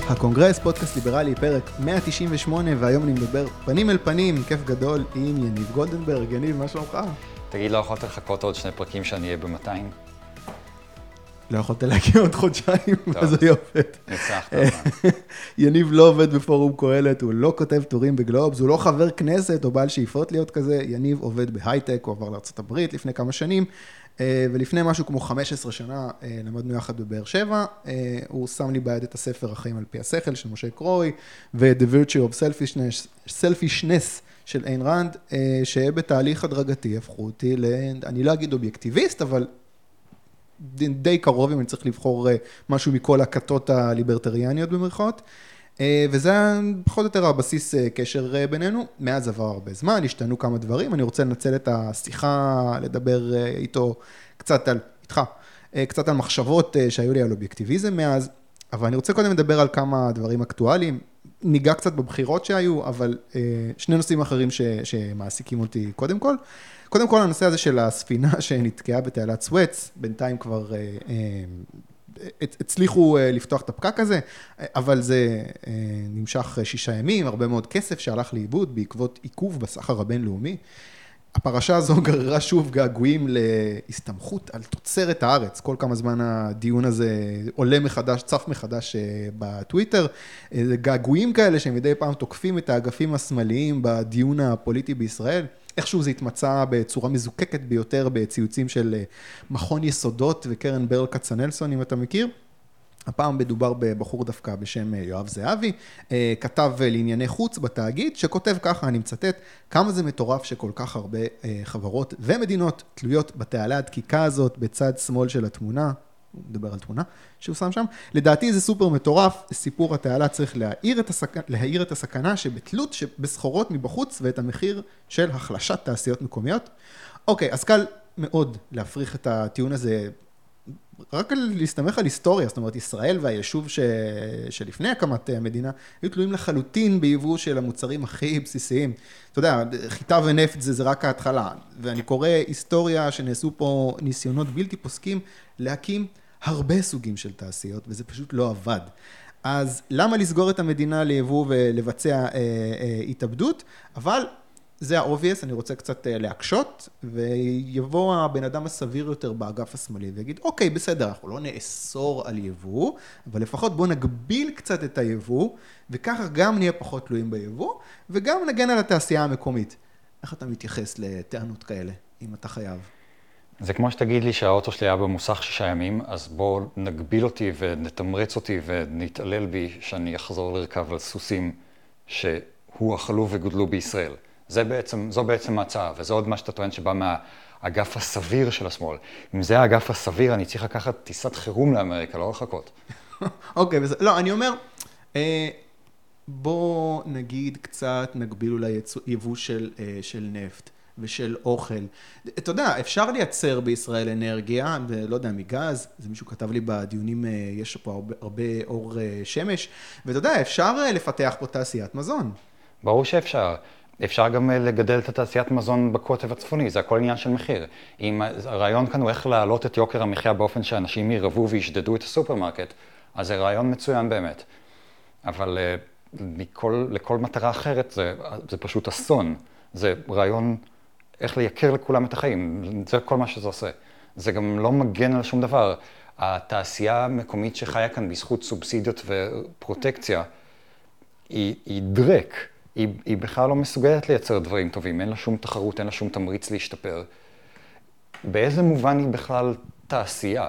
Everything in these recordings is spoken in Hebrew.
הקונגרס, פודקאסט ליברלי, פרק 198, והיום אני מדבר פנים אל פנים, כיף גדול, עם יניב גולדנברג. יניב, מה שלומך? תגיד, לא יכולת לחכות עוד 2 פרקים שאני אהיה ב-200? לא יכולת להגיע עוד חודשיים, אז זה עובד. ניצחת. יניב לא עובד בפורום קהלת, הוא לא כותב טורים בגלובס, הוא לא חבר כנסת או בעל שאיפות להיות כזה. יניב עובד בהייטק, הוא עבר לארצות הברית לפני כמה שנים, ולפני משהו כמו 15 שנה למדנו יחד בבאר שבע. הוא שם לי ביד את הספר החיים על פי השכל של משה קרוי, ו-The Virtue of Selfishness של איין רנד, שבתהליך הדרגתי הפכו אותי אני לא אגיד אובייקטיביסט, אבל די קרוב, אם אני צריך לבחור משהו מכל הכתות הליברטריאניות במרכאות, וזה פחות או יותר הבסיס קשר בינינו. מאז עבר הרבה זמן, השתנו כמה דברים, אני רוצה לנצל את השיחה, לדבר איתו קצת על מחשבות שהיו לי על אובייקטיביזם מאז, אבל אני רוצה קודם לדבר על כמה דברים אקטואליים, ניגע קצת בבחירות שהיו, אבל שני נושאים אחרים שמעסיקים אותי קודם כל. קודם כל, הנושא הזה של הספינה שנתקעה בתעלת סואץ, בינתיים כבר הצליחו לפתוח את הפקק הזה, אבל זה נמשך 6 ימים, הרבה מאוד כסף שהלך לאיבוד בעקבות עיכוב בסחר הבינלאומי. הפרשה הזו גררה שוב געגועים להסתמכות על תוצרת הארץ. כל כמה זמן הדיון הזה עולה מחדש, צף מחדש בטוויטר. געגועים כאלה שמדי פעם תוקפים את האגפים השמאליים בדיון הפוליטי בישראל. איכשהו זה התמצא בצורה מזוקקת ביותר בציוצים של מכון יסודות וקרן ברל כצנלסון, אם אתה מכיר. הפעם מדובר בבחור דווקא בשם יואב זהבי, כתב לענייני חוץ בתאגיד, שכותב ככה, אני מצטט, כמה זה מטורף שכל כך הרבה חברות ומדינות תלויות בתעלה הדקיקה הזאת בצד שמאל של התמונה, הוא מדבר על תמונה שהוא שם שם, לדעתי זה סופר מטורף, סיפור התעלה צריך להעיר את הסכנה שבתלות בסחורות מבחוץ ואת המחיר של החלשת תעשיות מקומיות. אוקיי, אז קל מאוד להפריך את הטיעון הזה, רק להסתמך על היסטוריה, זאת אומרת, ישראל והיישוב שלפני הקמת המדינה, היו תלויים לחלוטין ביבוא של המוצרים הכי בסיסיים. אתה יודע, חיטה ונפט זה רק ההתחלה, ואני קורא היסטוריה שנעשו פה ניסיונות בלתי פוסקים להקים הרבה סוגים של תעשיות, וזה פשוט לא עבד. אז למה לסגור את המדינה ליבוא ולבצע התאבדות? אבל זה ה-obvious, אני רוצה קצת להקשות, ויבוא הבן אדם הסביר יותר באגף השמאלי, ויגיד, אוקיי, בסדר, אנחנו לא נאסור על יבוא, אבל לפחות בוא נגביל קצת את היבוא, וככה גם נהיה פחות תלויים ביבוא, וגם נגן על התעשייה המקומית. איך אתה מתייחס לטענות כאלה, אם אתה חייב? זה כמו שתגיד לי שהאוטו שלי היה במוסך 6 ימים, אז בוא נגביל אותי ונתמרץ אותי ונתעלל בי שאני אחזור לרכב על סוסים שהוא אכלו וגודלו בישראל. זו בעצם ההצעה, וזה עוד מה שאתה טוען שבא מהאגף הסביר של השמאל. אם זה האגף הסביר, אני צריך לקחת טיסת חירום לאמריקה, לא לחכות. אוקיי, לא, אני אומר, בוא נגיד קצת נגביל אולי יבוא של נפט ושל אוכל. אתה יודע, אפשר לייצר בישראל אנרגיה, ולא יודע, מגז, זה מישהו כתב לי בדיונים, יש פה הרבה אור שמש, ואתה יודע, אפשר לפתח פה תעשיית מזון. ברור שאפשר. אפשר גם לגדל את התעשיית מזון בקוטב הצפוני, זה הכל עניין של מחיר. אם הרעיון כאן הוא איך להעלות את יוקר המחיה באופן שאנשים ירבו וישדדו את הסופרמרקט, אז זה רעיון מצוין באמת. אבל לכל מטרה אחרת זה פשוט אסון. זה רעיון איך לייקר לכולם את החיים, זה כל מה שזה עושה. זה גם לא מגן על שום דבר. התעשייה המקומית שחיה כאן בזכות סובסידיות ופרוטקציה, היא דרק. היא בכלל לא מסוגלת לייצר דברים טובים, אין לה שום תחרות, אין לה שום תמריץ להשתפר. באיזה מובן היא בכלל תעשייה?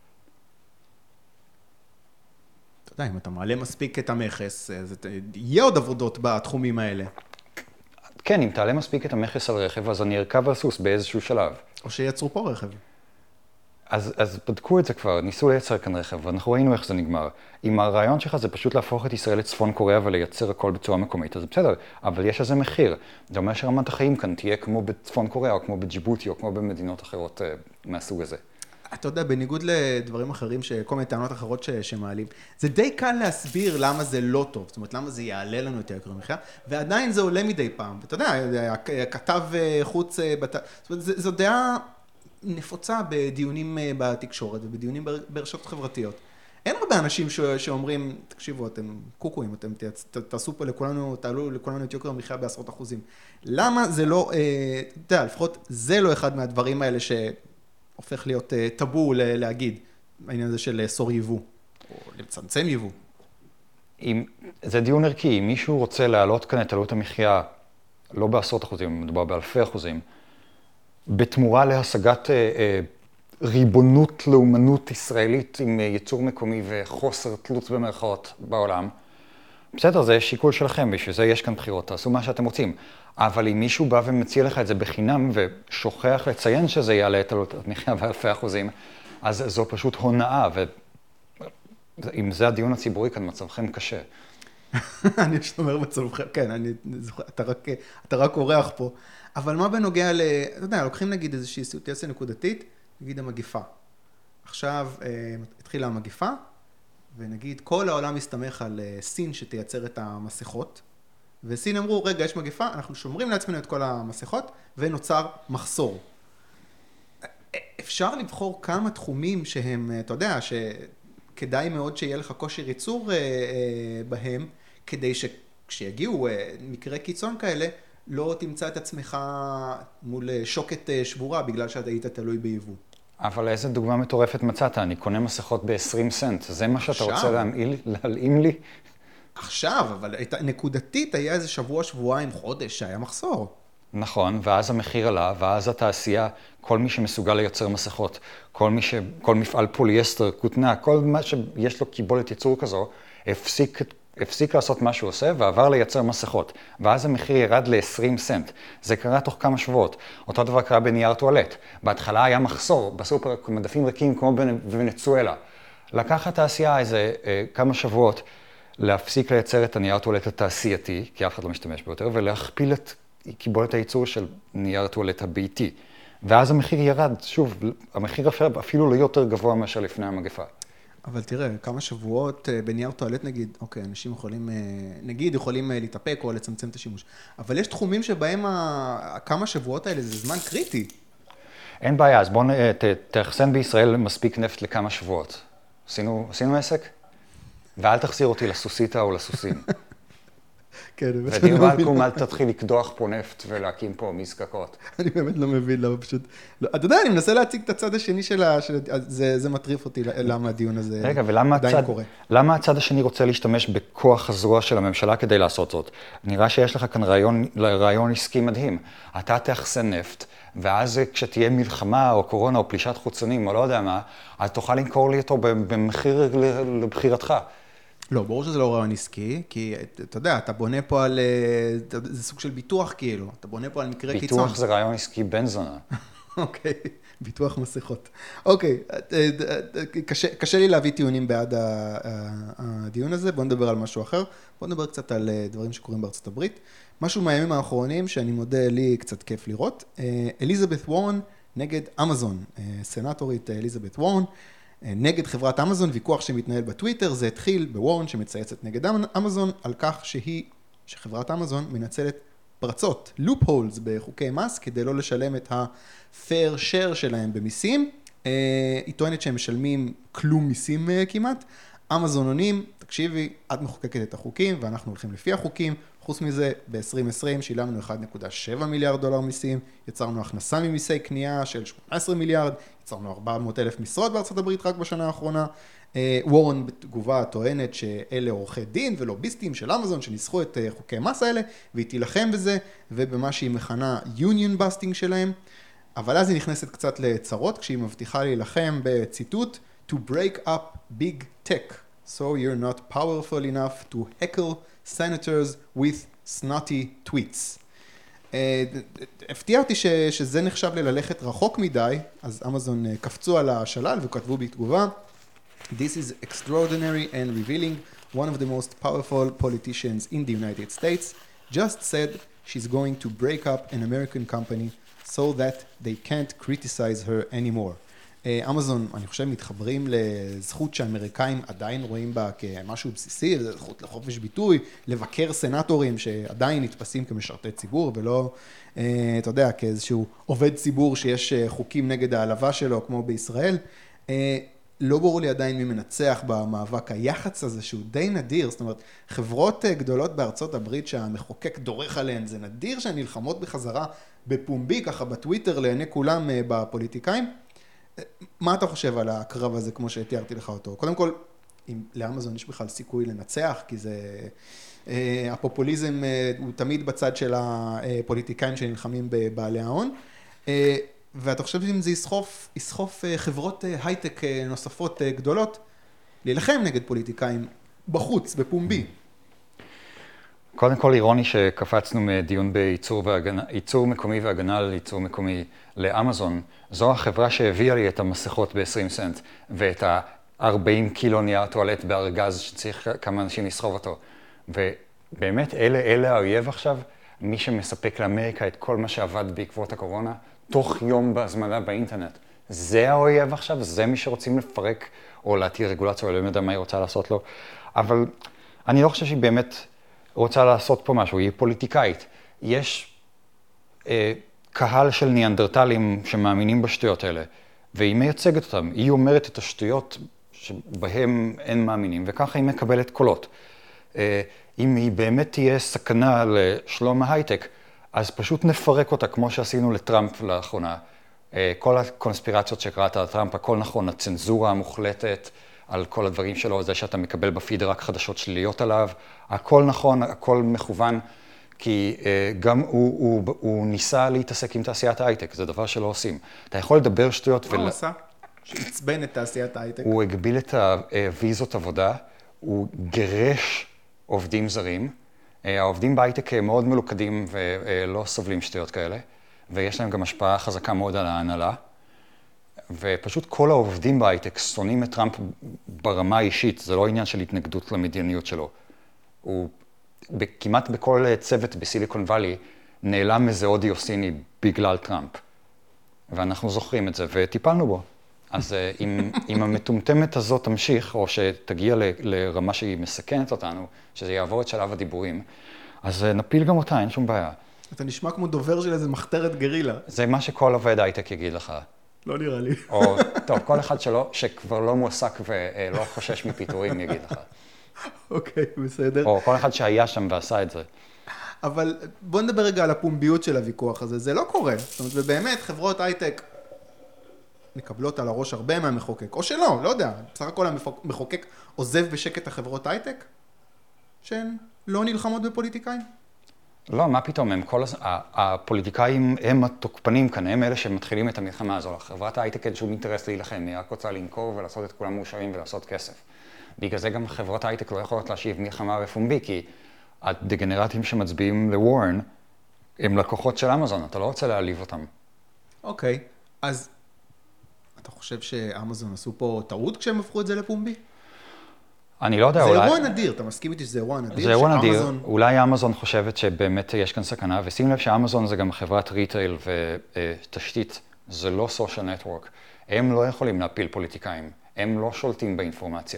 אתה יודע, אם אתה מעלה מספיק את המכס, אז יהיה עוד עבודות בתחומים האלה. כן, אם תעלה מספיק את המכס על רכב, אז אני ארכב על סוס באיזשהו שלב. או שייצרו פה רכב. אז בדקו את זה כבר, ניסו לייצר כאן רכב, ואנחנו ראינו איך זה נגמר. אם הרעיון שלך זה פשוט להפוך את ישראל לצפון קוריאה ולייצר הכל בצורה מקומית, אז זה בסדר, אבל יש איזה מחיר. זה אומר שרמת החיים כאן תהיה כמו בצפון קוריאה, או כמו בג'יבוטי, או כמו במדינות אחרות מהסוג הזה. אתה יודע, בניגוד לדברים אחרים, כל מיני טענות אחרות שמעלים, זה די קל להסביר למה זה לא טוב, זאת אומרת, למה זה יעלה לנו את יוקר המחיה, ועדיין זה עולה מדי פעם. ואתה יודע, כתב חוץ, זאת אומרת, זו דעה נפוצה בדיונים בתקשורת ובדיונים ברשתות חברתיות. אין הרבה אנשים שאומרים, תקשיבו, אתם קוקואים, אתם תעשו פה לכולנו, תעלו לכולנו את יוקר המחיה בעשרות אחוזים. למה זה לא, אתה יודע, לפחות זה לא אחד מהדברים האלה שהופך להיות טאבו להגיד, העניין הזה של לאסור יבוא, או לצמצם יבוא. זה דיון ערכי, אם מישהו רוצה להעלות כאן את עלות המחיה, לא בעשרות אחוזים, מדובר באלפי אחוזים, בתמורה להשגת ריבונות, לאומנות ישראלית עם ייצור מקומי וחוסר תלות במרכאות בעולם, בסדר, זה שיקול שלכם, בשביל זה יש כאן בחירות, תעשו מה שאתם רוצים. אבל אם מישהו בא ומציע לך את זה בחינם ושוכח לציין שזה יעלה את עלות המחיה באלפי אחוזים, אז זו פשוט הונאה, ואם זה הדיון הציבורי כאן, מצבכם קשה. אני שומר מצבכם, כן, אתה רק אורח פה. אבל מה בנוגע אתה יודע, לוקחים נגיד איזושהי סיטואציה נקודתית, נגיד המגיפה. עכשיו התחילה המגיפה, ונגיד כל העולם מסתמך על סין שתייצר את המסכות, וסין אמרו, רגע, יש מגיפה, אנחנו שומרים לעצמנו את כל המסכות, ונוצר מחסור. אפשר לבחור כמה תחומים שהם, אתה יודע, שכדאי מאוד שיהיה לך כושר ייצור בהם, כדי שכשיגיעו מקרי קיצון כאלה, לא תמצא את עצמך מול שוקת שבורה, בגלל שאתה היית תלוי ביבוא. אבל איזה דוגמה מטורפת מצאת? אני קונה מסכות ב-20 סנט. זה מה שאתה רוצה להלאים לי? עכשיו, אבל נקודתית היה איזה שבוע, שבועיים, חודש שהיה מחסור. נכון, ואז המחיר עלה, ואז התעשייה, כל מי שמסוגל לייצר מסכות, כל מפעל פוליאסטר, כותנה, כל מה שיש לו קיבולת ייצור כזו, הפסיק לעשות מה שהוא עושה ועבר לייצר מסכות. ואז המחיר ירד ל-20 סנט. זה קרה תוך כמה שבועות. אותו דבר קרה בנייר טואלט. בהתחלה היה מחסור בסופר מדפים ריקים כמו בוונצואלה. לקח התעשייה איזה כמה שבועות להפסיק לייצר את הנייר טואלט התעשייתי, כי אף אחד לא משתמש בו יותר, ולהכפיל את קיבולת הייצור של נייר טואלט הביתי. ואז המחיר ירד. שוב, המחיר אפילו לא יותר גבוה מאשר לפני המגפה. אבל תראה, כמה שבועות בנייר טואלט נגיד, אוקיי, אנשים יכולים, נגיד, יכולים להתאפק או לצמצם את השימוש. אבל יש תחומים שבהם כמה שבועות האלה זה זמן קריטי. אין בעיה, אז בואו תאחסן בישראל מספיק נפט לכמה שבועות. עשינו עסק? ואל תחזיר אותי לסוסיתא או לסוסים. כן, ודיר מלכום, אל תתחיל לקדוח פה נפט ולהקים פה מזקקות. אני באמת לא מבין למה פשוט... אתה יודע, אני מנסה להציג את הצד השני זה מטריף אותי למה הדיון הזה עדיין קורה. רגע, ולמה הצד השני רוצה להשתמש בכוח הזרוע של הממשלה כדי לעשות זאת? נראה שיש לך כאן רעיון עסקי מדהים. אתה תאחסן נפט, ואז כשתהיה מלחמה או קורונה או פלישת חוצנים או לא יודע מה, אז תוכל למכור לי אותו במחיר לבחירתך. לא, ברור שזה לא רעיון עסקי, כי אתה יודע, אתה בונה פה על, זה סוג של ביטוח כאילו, אתה בונה פה על מקרה קיצון. ביטוח זה רעיון עסקי בן זונה. אוקיי, ביטוח מסכות. אוקיי, קשה לי להביא טיעונים בעד הדיון הזה, בוא נדבר על משהו אחר, בוא נדבר קצת על דברים שקורים בארצות הברית. משהו מהימים האחרונים שאני מודה לי קצת כיף לראות, אליזבת וורן נגד אמזון, סנטורית אליזבת וורן, נגד חברת אמזון, ויכוח שמתנהל בטוויטר, זה התחיל בוורן שמצייצת נגד אמזון, על כך שחברת אמזון מנצלת פרצות, לופ הולס בחוקי מס, כדי לא לשלם את ה-fair share שלהם במיסים. היא טוענת שהם משלמים כלום מיסים כמעט. אמזון עונים, תקשיבי, את מחוקקת את החוקים ואנחנו הולכים לפי החוקים. חוץ מזה, ב-2020 שילמנו 1.7 מיליארד דולר מיסים, יצרנו הכנסה ממיסי קנייה של 18 מיליארד, יצרנו 400,000 משרות בארצות הברית רק בשנה האחרונה. וורן בתגובה טוענת שאלה עורכי דין ולוביסטים של אמזון שניסחו את חוקי המס האלה, והיא תילחם בזה ובמה שהיא מכנה union busting שלהם. אבל אז היא נכנסת קצת לצרות כשהיא מבטיחה להילחם בציטוט to break up big tech, so you're not powerful enough to heckle senators with snotty tweets. הפתיע אותי שזה נחשב ללכת רחוק מדי, אז אמזון קפצו על השלל וכתבו בתגובה, This is extraordinary and revealing. One of the most powerful politicians in the United States just said she's going to break up an American company so that they can't criticize her anymore. אמזון, אני חושב, מתחברים לזכות שהאמריקאים עדיין רואים בה כמשהו בסיסי, זה זכות לחופש ביטוי, לבקר סנטורים שעדיין נתפסים כמשרתי ציבור, ולא, אתה יודע, כאיזשהו עובד ציבור שיש חוקים נגד העלבה שלו, כמו בישראל. לא ברור לי עדיין מי מנצח במאבק היח"צ הזה, שהוא די נדיר, זאת אומרת, חברות גדולות בארצות הברית שהמחוקק דורך עליהן, זה נדיר שהן נלחמות בחזרה בפומבי, ככה בטוויטר לעיני כולם בפוליטיקאים. מה אתה חושב על הקרב הזה כמו שתיארתי לך אותו? קודם כל, אם לאמזון יש בכלל סיכוי לנצח, כי זה, הפופוליזם הוא תמיד בצד של הפוליטיקאים שנלחמים בבעלי ההון, ואתה חושב שאם זה יסחוף חברות הייטק נוספות גדולות, להילחם נגד פוליטיקאים בחוץ, בפומבי. קודם כל אירוני שקפצנו מדיון בייצור מקומי והגנה על ייצור מקומי לאמזון. זו החברה שהביאה לי את המסכות ב-20 סנט ואת ה-40 קילו נייר טואלט בארגז שצריך כמה אנשים לסחוב אותו. ובאמת אלה האויב עכשיו, מי שמספק לאמריקה את כל מה שעבד בעקבות הקורונה, תוך יום בהזמנה באינטרנט. זה האויב עכשיו, זה מי שרוצים לפרק או להתיר רגולציה, או לא יודע מה היא רוצה לעשות לו. אבל אני לא חושב שהיא באמת רוצה לעשות פה משהו, היא פוליטיקאית. יש קהל של ניאנדרטלים שמאמינים בשטויות האלה, והיא מייצגת אותם. היא אומרת את השטויות שבהם אין מאמינים, וככה היא מקבלת קולות. אם היא באמת תהיה סכנה לשלום ההייטק, אז פשוט נפרק אותה כמו שעשינו לטראמפ לאחרונה. כל הקונספירציות שקראת על טראמפ, הכל נכון, הצנזורה המוחלטת על כל הדברים שלו, זה שאתה מקבל בפיד רק חדשות שליליות עליו, הכל נכון, הכל מכוון, כי גם הוא ניסה להתעסק עם תעשיית ההייטק, זה דבר שלא עושים. אתה יכול לדבר שטויות מה הוא עשה? שעצבן את תעשיית ההייטק. הוא הגביל את הוויזות עבודה, הוא גירש עובדים זרים, העובדים בהייטק מאוד מלוכדים ולא סובלים שטויות כאלה, ויש להם גם השפעה חזקה מאוד על ההנהלה, ופשוט כל העובדים בהייטק שונאים את טראמפ ברמה האישית, זה לא עניין של התנגדות למדיניות שלו. הוא כמעט בכל צוות בסיליקון ואלי נעלם איזה הודי סיני בגלל טראמפ, ואנחנו זוכרים את זה וטיפלנו בו. אז אם המטומטמת הזאת תמשיך, או שתגיע לרמה שהיא מסכנת אותנו, שזה יעבור את שלב הדיבורים, אז נפיל גם אותה, אין שום בעיה. אתה נשמע כמו דובר של איזה מחתרת גרילה. זה מה שכל עובד הייטק יגיד לך. לא נראה לי. או, טוב, כל אחד שכבר לא מועסק ולא חושש מפיטורים יגיד לך. אוקיי, בסדר. או כל אחד שהיה שם ועשה את זה. אבל בוא נדבר רגע על הפומביות של הוויכוח הזה. זה לא קורה. זאת אומרת, ובאמת, חברות הייטק מקבלות על הראש הרבה מהמחוקק, או שלא, לא יודע. בסך הכל המחוקק עוזב בשקט החברות הייטק, שהן לא נלחמות בפוליטיקאים? לא, מה פתאום, הפוליטיקאים הם התוקפנים כאן, הם אלה שמתחילים את המלחמה הזו. חברת ההייטק אין שום אינטרס להילחם, היא רק רוצה למכור ולעשות את כולם מאושרים ולעשות כסף. בגלל זה גם חברות ההייטק לא יכולות להשיב מלחמה בפומבי, כי הדגנרטים שמצביעים לוורן הם לקוחות של אמזון, אתה לא רוצה להעליב אותם. אוקיי, אז אתה חושב שאמזון עשו פה טעות כשהם הפכו את זה לפומבי? אני לא יודע, זה אולי... אירוע נדיר, אתה מסכים איתי שזה אירוע נדיר? זה אירוע נדיר, אולי אמזון חושבת שבאמת יש כאן סכנה, ושים לב שאמזון זה גם חברת ריטייל ותשתית, זה לא סושיאל נטוורק. הם לא יכולים להפיל פוליטיקאים, הם לא שולטים באינפורמציה.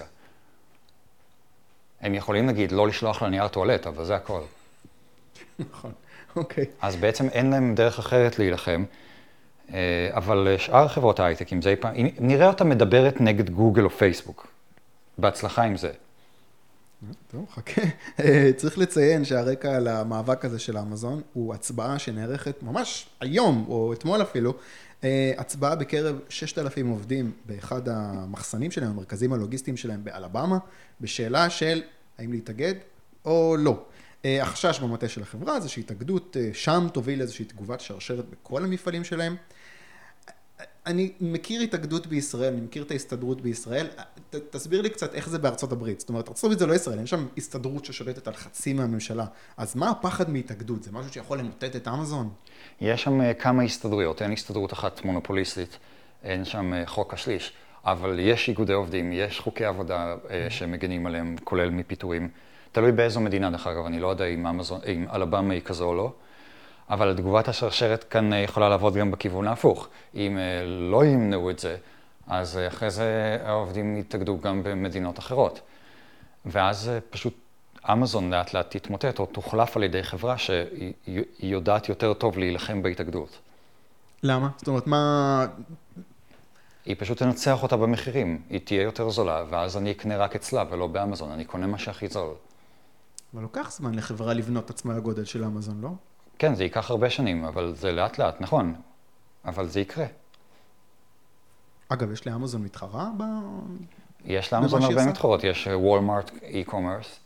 הם יכולים להגיד לא לשלוח לנייר טואלט, אבל זה הכל. נכון, אוקיי. אז בעצם אין להם דרך אחרת להילחם, אבל שאר חברות ההייטק, אם נראה אותה מדברת נגד גוגל או פייסבוק. בהצלחה עם זה. טוב, חכה. צריך לציין שהרקע למאבק הזה של אמזון הוא הצבעה שנערכת ממש היום, או אתמול אפילו, הצבעה בקרב 6,000 עובדים באחד המחסנים שלהם, המרכזים הלוגיסטיים שלהם באלבמה, בשאלה של האם להתאגד או לא. החשש במטה של החברה זה שהתאגדות שם תוביל איזושהי תגובת שרשרת בכל המפעלים שלהם. אני מכיר התאגדות בישראל, אני מכיר את ההסתדרות בישראל, תסביר לי קצת איך זה בארצות הברית. זאת אומרת, ארצות הברית זה לא ישראל, אין שם הסתדרות ששולטת על חצי מהממשלה. אז מה הפחד מהתאגדות? זה משהו שיכול למוטט את אמזון? יש שם כמה הסתדרויות, אין הסתדרות אחת מונופוליסטית, אין שם חוק השליש, אבל יש איגודי עובדים, יש חוקי עבודה שמגנים עליהם, כולל מפיטורים. תלוי באיזו מדינה, דרך אגב, אני לא יודע אם אלבמה היא כזו או לא. אבל תגובת השרשרת כאן יכולה לעבוד גם בכיוון ההפוך. אם לא ימנעו את זה, אז אחרי זה העובדים יתאגדו גם במדינות אחרות. ואז פשוט אמזון לאט לאט תתמוטט או תוחלף על ידי חברה שהיא יודעת יותר טוב להילחם בהתאגדות. למה? זאת אומרת, מה... היא פשוט תנצח אותה במחירים, היא תהיה יותר זולה, ואז אני אקנה רק אצלה ולא באמזון, אני קונה מה שהכי זול. אבל לוקח זמן לחברה לבנות עצמה לגודל של אמזון, לא? כן, זה ייקח הרבה שנים, אבל זה לאט לאט, נכון, אבל זה יקרה. אגב, יש לאמזון מתחרה יש לאמזון הרבה מתחרות, יש וולמארט אי-קומרס,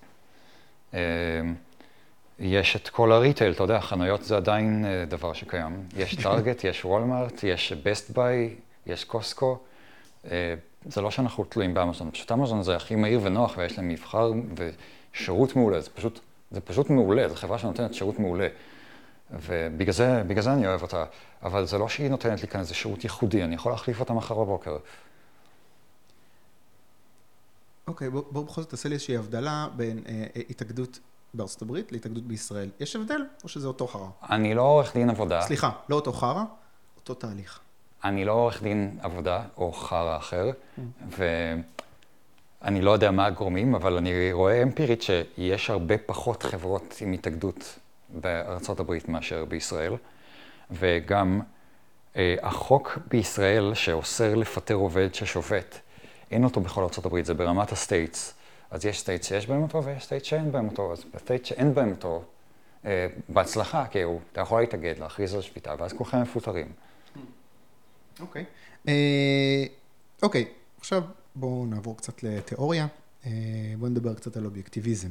יש את כל הריטייל, אתה יודע, חנויות זה עדיין דבר שקיים. יש טארגט, יש וולמארט, יש בסט ביי, יש קוסקו. זה לא שאנחנו תלויים באמזון, פשוט אמזון זה הכי מהיר ונוח ויש להם מבחר ושירות מעולה, זה פשוט מעולה, זו חברה שנותנת שירות מעולה. ובגלל זה אני אוהב אותה, אבל זה לא שהיא נותנת לי כאן איזה שירות ייחודי, אני יכול להחליף אותה מחר בבוקר. אוקיי, בואו בכל זאת תעשה לי איזושהי הבדלה בין התאגדות בארצות הברית להתאגדות בישראל. יש הבדל או שזה אותו חרא? אני לא עורך דין עבודה. סליחה, לא אותו חרא, אותו תהליך. אני לא עורך דין עבודה או חרא אחר, ואני לא יודע מה הגורמים, אבל אני רואה אמפירית שיש הרבה פחות חברות עם התאגדות בארצות הברית מאשר בישראל, וגם החוק בישראל שאוסר לפטר עובד ששובת, אין אותו בכל ארצות הברית, זה ברמת הסטייטס. אז יש סטייטס שיש בהם אותו ויש סטייטס שאין בהם אותו, אז בסטייטס שאין בהם אותו, בהצלחה, כי אתה יכול להתאגד, להכריז על שביתה, ואז כולכם מפוטרים. אוקיי. אוקיי, עכשיו בואו נעבור קצת לתיאוריה, בואו נדבר קצת על אובייקטיביזם.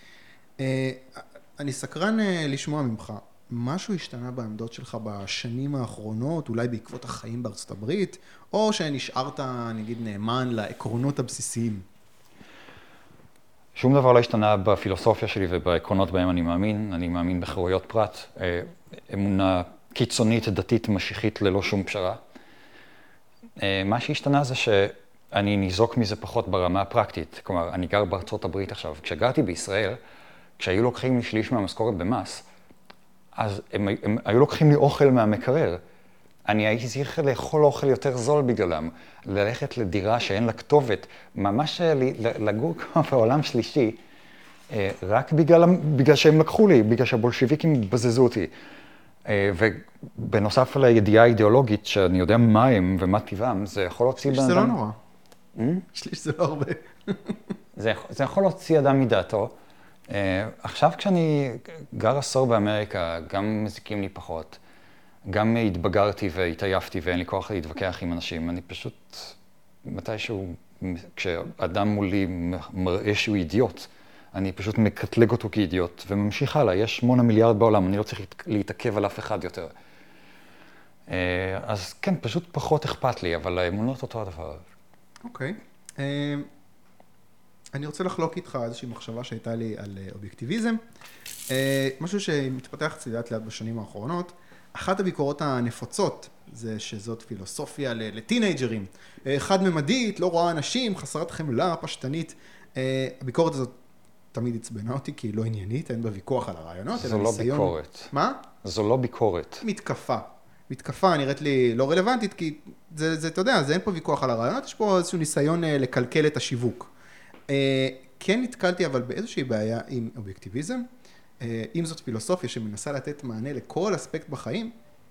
אני סקרן לשמוע ממך, משהו השתנה בעמדות שלך בשנים האחרונות, אולי בעקבות החיים בארצות הברית, או שנשארת, נגיד, נאמן לעקרונות הבסיסיים? שום דבר לא השתנה בפילוסופיה שלי ובעקרונות בהם אני מאמין. אני מאמין בחירויות פרט, אמונה קיצונית, דתית, משיחית, ללא שום פשרה. מה שהשתנה זה שאני ניזוק מזה פחות ברמה הפרקטית. כלומר, אני גר בארצות הברית עכשיו. כשגרתי בישראל, כשהיו לוקחים לי שליש מהמשכורת במס, אז הם היו לוקחים לי אוכל מהמקרר. אני הייתי צריך לאכול אוכל יותר זול בגללם, ללכת לדירה שאין לה כתובת, ממש לגור כמו בעולם שלישי, רק בגלל שהם לקחו לי, בגלל שהבולשיביקים בזזו אותי. ובנוסף על הידיעה האידיאולוגית, שאני יודע מה הם ומה טבעם, זה יכול להוציא שליש זה לא נורא. שליש זה לא הרבה. זה יכול להוציא אדם מדעתו. עכשיו כשאני גר עשור באמריקה, גם מזיקים לי פחות. גם התבגרתי והתעייפתי ואין לי כוח להתווכח עם אנשים. אני פשוט, מתישהו, כשאדם מולי מראה שהוא אידיוט, אני פשוט מקטלג אותו כאידיוט וממשיך הלאה. יש 8 מיליארד בעולם, אני לא צריך להתעכב על אף אחד יותר. אז כן, פשוט פחות אכפת לי, אבל האמונות אותו הדבר. אוקיי. אני רוצה לחלוק איתך איזושהי מחשבה שהייתה לי על אובייקטיביזם. משהו שמתפתח אצלי לאט לאט בשנים האחרונות. אחת הביקורות הנפוצות זה שזאת פילוסופיה לטינג'רים. חד-ממדית, לא רואה אנשים, חסרת חמלה, פשטנית. הביקורת הזאת תמיד הצבנה אותי כי היא לא עניינית, אין בה ויכוח על הרעיונות. זו לא ביקורת. מה? זו לא ביקורת. מתקפה. מתקפה נראית לי לא רלוונטית כי זה, אתה יודע, אין פה ויכוח על הרעיונות, יש פה איזשהו ניסיון לקלקל את השיווק. כן נתקלתי אבל באיזושהי בעיה עם אובייקטיביזם. אם זאת פילוסופיה שמנסה לתת מענה לכל אספקט בחיים,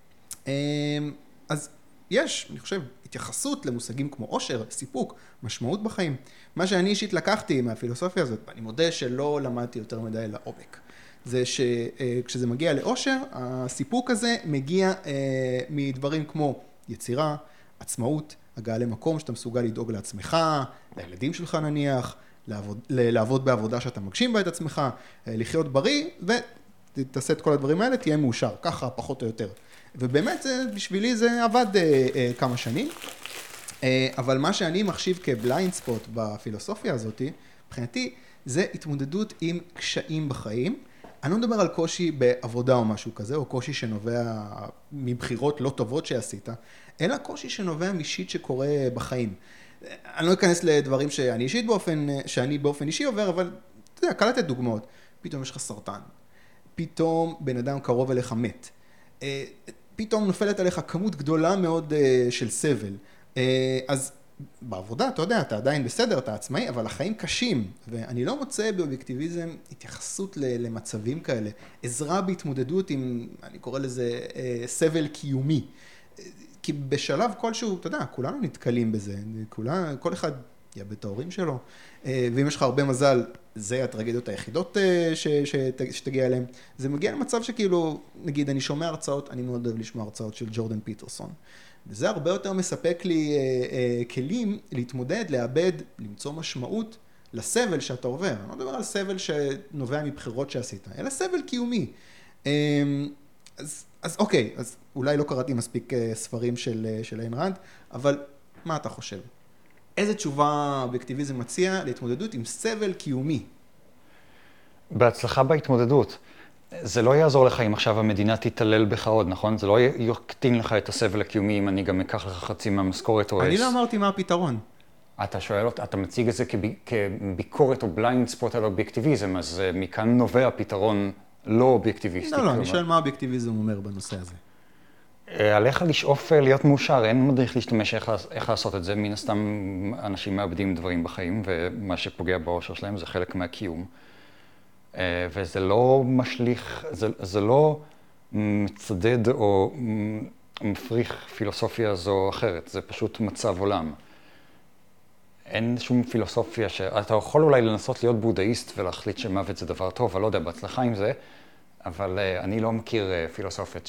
אז יש, אני חושב, התייחסות למושגים כמו עושר, סיפוק, משמעות בחיים. מה שאני אישית לקחתי מהפילוסופיה הזאת, ואני מודה שלא למדתי יותר מדי לעומק, זה שכשזה מגיע לעושר, הסיפוק הזה מגיע מדברים כמו יצירה, עצמאות, הגעה למקום שאתה מסוגל לדאוג לעצמך, לילדים שלך נניח, לעבוד בעבודה שאתה מגשים בה את עצמך, לחיות בריא, ותעשה את כל הדברים האלה, תהיה מאושר, ככה פחות או יותר. ובאמת, בשבילי זה עבד כמה שנים, אבל מה שאני מחשיב כבליינד ספוט בפילוסופיה הזאת, מבחינתי, זה התמודדות עם קשיים בחיים. אני לא מדבר על קושי בעבודה או משהו כזה, או קושי שנובע מבחירות לא טובות שעשית, אלא קושי שנובע משיט שקורה בחיים. אני לא אכנס לדברים שאני באופן אישי עובר, אבל אתה יודע, קל לתת דוגמאות. פתאום יש לך סרטן, פתאום בן אדם קרוב אליך מת, פתאום נופלת עליך כמות גדולה מאוד של סבל. אז בעבודה, אתה יודע, אתה עדיין בסדר, אתה עצמאי, אבל החיים קשים, ואני לא מוצא באובייקטיביזם התייחסות למצבים כאלה, עזרה בהתמודדות עם, אני קורא לזה, סבל קיומי. כי בשלב כלשהו, אתה יודע, כולנו נתקלים בזה, כל אחד יאבד את ההורים שלו, ואם יש לך הרבה מזל, זה הטרגדיות היחידות שתגיע אליהם. זה מגיע למצב שכאילו, נגיד, אני שומע הרצאות, אני מאוד אוהב לשמוע הרצאות של ג'ורדן פיטרסון, וזה הרבה יותר מספק לי כלים להתמודד, לאבד, למצוא משמעות לסבל שאתה עובר. אני לא מדבר על סבל שנובע מבחירות שעשית, אלא סבל קיומי. אז אוקיי, אז אולי לא קראתי מספיק ספרים של איין רנד, אבל מה אתה חושב? איזה תשובה אובייקטיביזם מציע להתמודדות עם סבל קיומי? בהצלחה בהתמודדות. זה לא יעזור לך אם עכשיו המדינה תתעלל בך עוד, נכון? זה לא יקטין לך את הסבל הקיומי אם אני גם אקח לך חצי מהמשכורת או אני לא אמרתי מה הפתרון. אתה שואל, אתה מציג את זה כביקורת או בליינד ספוט על אובייקטיביזם, אז מכאן נובע פתרון לא אובייקטיביסטי. לא, אני שואל מה אובייקטיביזם אומר בנושא הזה. עליך לשאוף להיות מאושר, אין מדריך להשתמש איך לעשות את זה, מן הסתם אנשים מאבדים דברים בחיים, ומה שפוגע באושר שלהם זה חלק מהקיום. וזה לא משליך, זה לא מצדד או מפריך פילוסופיה זו או אחרת, זה פשוט מצב עולם. אין שום פילוסופיה אתה יכול אולי לנסות להיות בודהיסט ולהחליט שמוות זה דבר טוב, אני לא יודע, בהצלחה עם זה, אבל אני לא מכיר פילוסופיות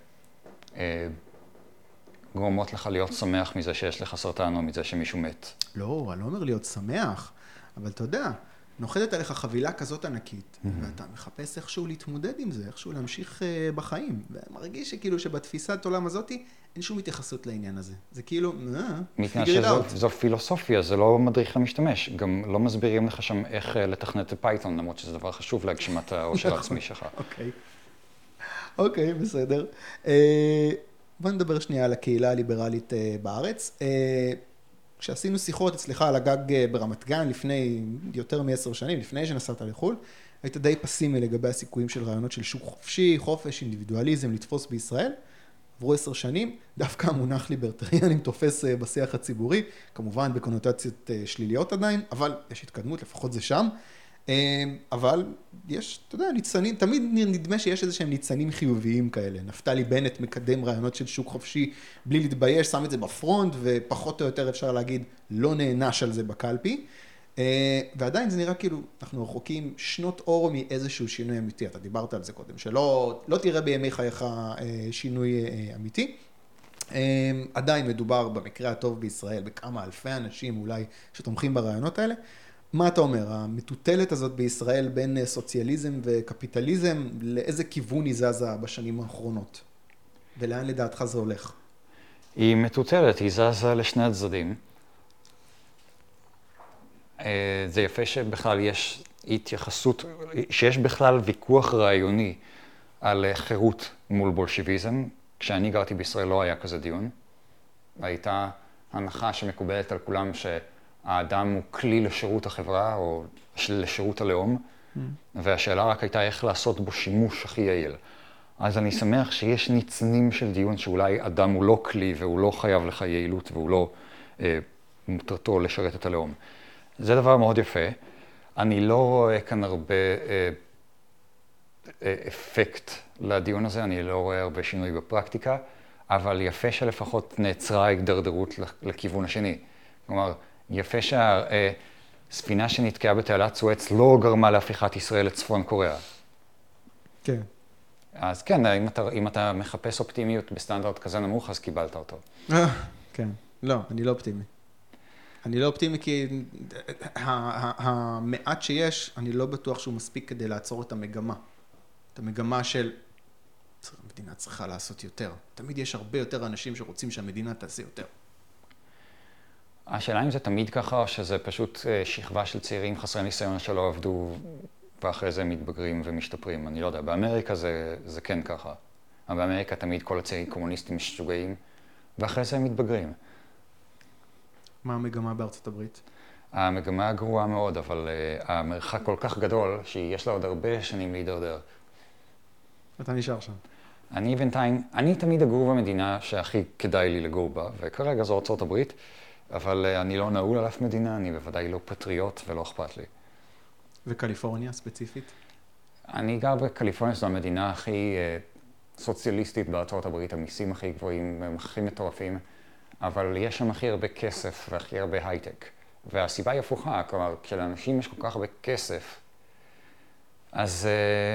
גורמות לך להיות שמח מזה שיש לך סרטן או מזה שמישהו מת. לא, אני לא אומר להיות שמח, אבל אתה יודע, נוחתת עליך חבילה כזאת ענקית, ואתה מחפש איכשהו להתמודד עם זה, איכשהו להמשיך בחיים. ומרגיש שכאילו שבתפיסת עולם הזאת אין שום התייחסות לעניין הזה. זה כאילו, מכיוון שזו פילוסופיה, זה לא מדריך למשתמש. גם לא מסבירים לך שם איך לתכנת פייתון, למרות שזה דבר חשוב להגשמת העושר העצמי שלך. אוקיי, בסדר. בוא נדבר שנייה על הקהילה הליברלית בארץ. כשעשינו שיחות אצלך על הגג ברמת גן לפני יותר מ10 שנים, לפני שנסעת לחו"ל, היית די פסימי לגבי הסיכויים של רעיונות של שוק חופשי, חופש, אינדיבידואליזם, לתפוס בישראל. עברו 10 שנים, דווקא המונח ליברטריאנים תופס בשיח הציבורי, כמובן בקונוטציות שליליות עדיין, אבל יש התקדמות, לפחות זה שם. אבל יש, אתה יודע, ניצנים, תמיד נדמה שיש איזה שהם ניצנים חיוביים כאלה. נפתלי בנט מקדם רעיונות של שוק חופשי בלי להתבייש, שם את זה בפרונט, ופחות או יותר אפשר להגיד, לא נענש על זה בקלפי. ועדיין זה נראה כאילו, אנחנו רחוקים שנות אור מאיזשהו שינוי אמיתי. אתה דיברת על זה קודם, שלא תראה בימי חייך שינוי אמיתי. עדיין מדובר במקרה הטוב בישראל, בכמה אלפי אנשים אולי שתומכים ברעיונות האלה. מה אתה אומר? המטוטלת הזאת בישראל בין סוציאליזם וקפיטליזם, לאיזה כיוון היא זזה בשנים האחרונות? ולאן לדעתך זה הולך? היא מטוטלת, היא זזה לשני הצדדים. זה יפה שבכלל יש התייחסות, שיש בכלל ויכוח רעיוני על חירות מול בולשביזם. כשאני גרתי בישראל לא היה כזה דיון. הייתה הנחה שמקובלת על כולם האדם הוא כלי לשירות החברה או לשירות הלאום, והשאלה רק הייתה איך לעשות בו שימוש הכי יעיל. אז אני שמח שיש ניצנים של דיון שאולי אדם הוא לא כלי והוא לא חייב לך יעילות והוא לא מטרתו לשרת את הלאום. זה דבר מאוד יפה. אני לא רואה כאן הרבה אפקט לדיון הזה, אני לא רואה הרבה שינוי בפרקטיקה, אבל יפה שלפחות נעצרה ההידרדרות לכיוון השני. כלומר, יפה שהספינה שנתקעה בתעלת סואץ לא גרמה להפיכת ישראל לצפון קוריאה. כן. אז כן, אם אתה מחפש אופטימיות בסטנדרט כזה נמוך, אז קיבלת אותו. כן. לא, אני לא אופטימי. אני לא אופטימי כי המעט שיש, אני לא בטוח שהוא מספיק כדי לעצור את המגמה. את המגמה של המדינה צריכה לעשות יותר. תמיד יש הרבה יותר אנשים שרוצים שהמדינה תעשה יותר. השאלה אם זה תמיד ככה, או שזה פשוט שכבה של צעירים חסרי ניסיון שלא עבדו, ואחרי זה מתבגרים ומשתפרים. אני לא יודע, באמריקה זה כן ככה. אבל באמריקה תמיד כל הצעירים קומוניסטים משוגעים, ואחרי זה הם מתבגרים. מה המגמה בארצות הברית? המגמה גרועה מאוד, אבל המרחק כל כך גדול, שיש לה עוד הרבה שנים להידרדר. אתה נשאר שם. אני תמיד אגור במדינה שהכי כדאי לי לגור בה, וכרגע זו ארצות הברית, אבל אני לא נעול על אף מדינה, אני בוודאי לא פטריוט ולא אכפת לי. וקליפורניה ספציפית? אני גר בקליפורניה, זו המדינה הכי סוציאליסטית בארצות הברית, המיסים הכי גבוהים, הם הכי מטורפים, אבל יש שם הכי הרבה כסף והכי הרבה הייטק. והסיבה היא הפוכה, כלומר, כשלאנשים יש כל כך הרבה כסף, אז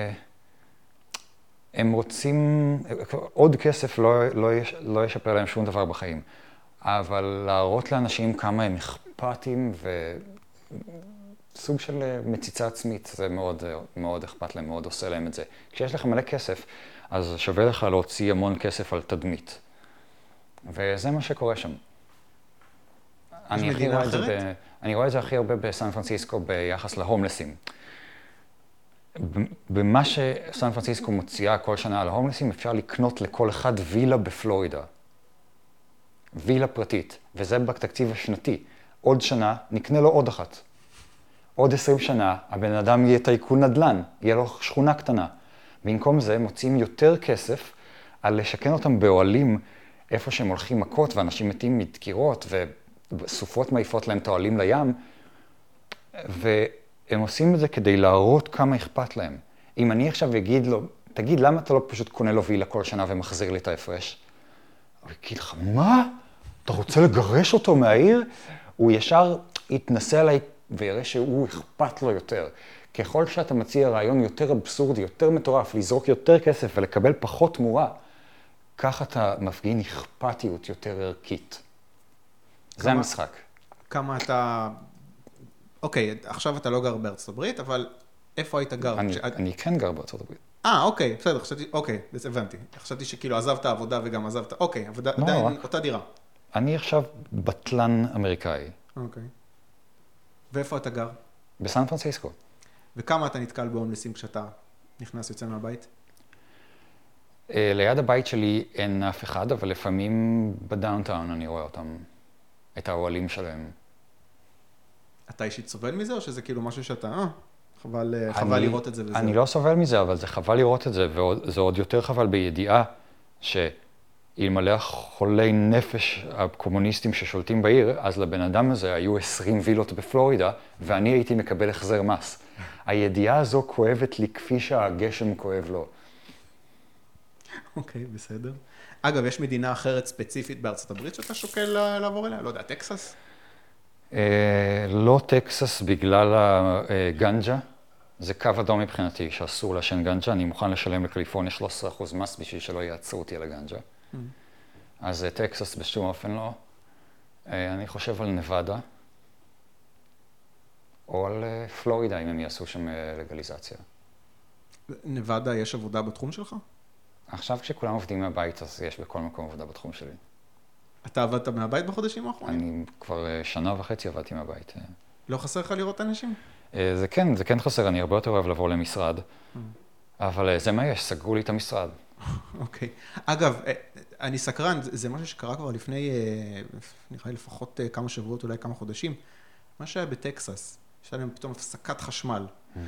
הם רוצים, עוד כסף לא ישפר להם שום דבר בחיים, אבל להראות לאנשים כמה הם אכפתים וסוג של מציצה עצמית, זה מאוד, מאוד אכפת להם, מאוד עושה להם את זה. כשיש לך מלא כסף, אז שווה לך להוציא המון כסף על תדמית. וזה מה שקורה שם. יש מדינה אחרת? אני רואה את זה הכי הרבה בסן פרנסיסקו ביחס להומלסים. במה שסן פרנסיסקו מוציאה כל שנה על ההומלסים, אפשר לקנות לכל אחד וילה בפלורידה. וילה פרטית, וזה בתקציב השנתי. עוד שנה נקנה לו עוד אחת. עוד 20 שנה הבן אדם יהיה טייקון נדל"ן, יהיה לו שכונה קטנה. במקום זה מוצאים יותר כסף על לשכן אותם באוהלים איפה שהם הולכים מכות ואנשים מתים מדקירות וסופות מעיפות להם את האוהלים לים, והם עושים את זה כדי להראות כמה אכפת להם. אם אני עכשיו אגיד לו, תגיד, למה אתה לא פשוט קונה לו וילה כל שנה ומחזיר לי את ההפרש? הוא יגיד לך, מה? אתה רוצה לגרש אותו מהעיר? הוא ישר יתנסה עליי ויראה שהוא אכפת לו יותר. ככל שאתה מציע רעיון יותר אבסורדי, יותר מטורף, לזרוק יותר כסף ולקבל פחות תמורה, כך אתה מפגין אכפתיות יותר ערכית. זה המשחק. כמה אתה... אוקיי, עכשיו אתה לא גר בארצות הברית, אבל איפה היית גר? אני כן גר בארצות הברית. אוקיי, בסדר, אוקיי, הבנתי. חשבתי שכאילו עזבת עבודה וגם עזבת, אוקיי, אבל עדיין אותה דירה. אני עכשיו בטלן אמריקאי. אוקיי. ואיפה אתה גר? בסן פרנסיסקו. וכמה אתה נתקל בהומלסים כשאתה נכנס יוצא מהבית? ליד הבית שלי אין אף אחד, אבל לפעמים בדאונטאון אני רואה אותם, את האוהלים שלהם. אתה אישית סובל מזה, או שזה כאילו משהו שאתה, חבל לראות את זה וזה? אני לא סובל מזה, אבל זה חבל לראות את זה, וזה עוד יותר חבל בידיעה שאלמלא החולי נפש הקומוניסטים ששולטים בעיר, אז לבן אדם הזה היו 20 וילות בפלורידה, ואני הייתי מקבל החזר מס. הידיעה הזו כואבת לי כפי שהגשם כואב לו. אוקיי, בסדר. אגב, יש מדינה אחרת ספציפית בארצות הברית שאתה שוקל לעבור אליה? לא יודע, טקסס? לא טקסס בגלל הגנג'ה. זה קו אדום מבחינתי שאסור לעשן גנג'ה. אני מוכן לשלם לקליפורניה 13% מס בשביל שלא יעצרו אותי על הגנג'ה. אז טקסס בשום אופן לא. אני חושב על נבדה. או על פלורידה, אם הם יעשו שם לגליזציה. נבדה, יש עבודה בתחום שלך? עכשיו כשכולם עובדים מהבית, אז יש בכל מקום עבודה בתחום שלי. אתה עבדת מהבית בחודשים האחרונים? אני כבר 1.5 שנה עבדתי מהבית. לא חסר לך לראות אנשים? זה כן חסר, אני הרבה יותר אוהב לבוא למשרד. אבל זה מה יש, סגרו לי את המשרד. אוקיי. אגב, אני סקרן, זה משהו שקרה כבר לפני, נראה לי לפחות כמה שבועות, אולי כמה חודשים. מה שהיה בטקסס, יש להם פתאום הפסקת חשמל.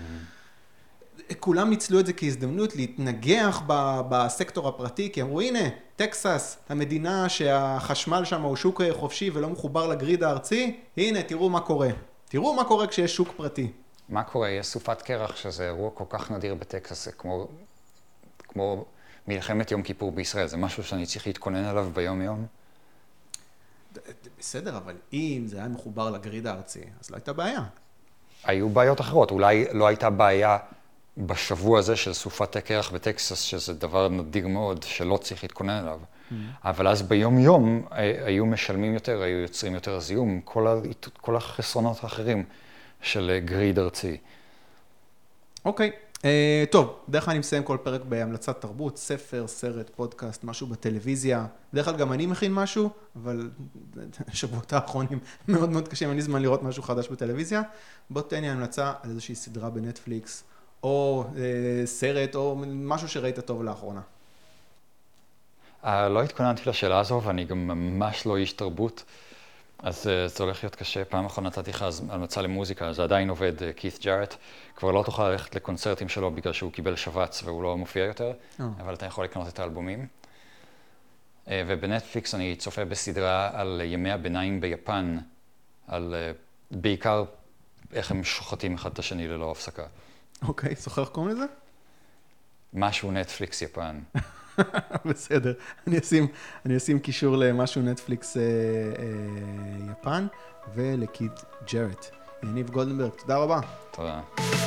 כולם ניצלו את זה כהזדמנות להתנגח בסקטור הפרטי, כי אמרו, הנה, טקסס, המדינה שהחשמל שם הוא שוק חופשי ולא מחובר לגריד הארצי, הנה, תראו מה קורה. תראו מה קורה כשיש שוק פרטי. מה קורה? יש סופת קרח, שזה אירוע כל כך נדיר בטקסס, זה כמו מלחמת יום כיפור בישראל, זה משהו שאני צריך להתכונן עליו ביום-יום. בסדר, אבל אם זה היה מחובר לגריד הארצי, אז לא הייתה בעיה. היו בעיות אחרות, אולי לא הייתה בעיה בשבוע הזה של סופת הקרח בטקסס, שזה דבר נדיר מאוד, שלא צריך להתכונן אליו. אבל אז ביום-יום היו משלמים יותר, היו יוצרים יותר זיהום, כל החסרונות האחרים של גריד ארצי. אוקיי, טוב, בדרך כלל אני מסיים כל פרק בהמלצת תרבות, ספר, סרט, פודקאסט, משהו בטלוויזיה. בדרך כלל גם אני מכין משהו, אבל השבועות האחרונים מאוד מאוד קשים, אין לי זמן לראות משהו חדש בטלוויזיה. בוא תן לי המלצה על איזושהי סדרה בנטפליקס, או סרט, או משהו שראית טוב לאחרונה. לא התכוננתי לשאלה הזו, ואני גם ממש לא איש תרבות, אז זה הולך להיות קשה. פעם אחרונה נתתי לך המלצה למוזיקה, זה עדיין עובד, כית ג'ארט. כבר לא תוכל ללכת לקונצרטים שלו בגלל שהוא קיבל שבץ והוא לא מופיע יותר, אבל אתה יכול לקנות את האלבומים. ובנטפליקס אני צופה בסדרה על ימי הביניים ביפן, על בעיקר איך הם שוחטים אחד את השני ללא הפסקה. אוקיי, זוכר איך קוראים לזה? משהו נטפליקס יפן. בסדר, אני אשים קישור למשהו נטפליקס יפן, ולקיד ג'רט. יניב גולדנברג, תודה רבה. תודה.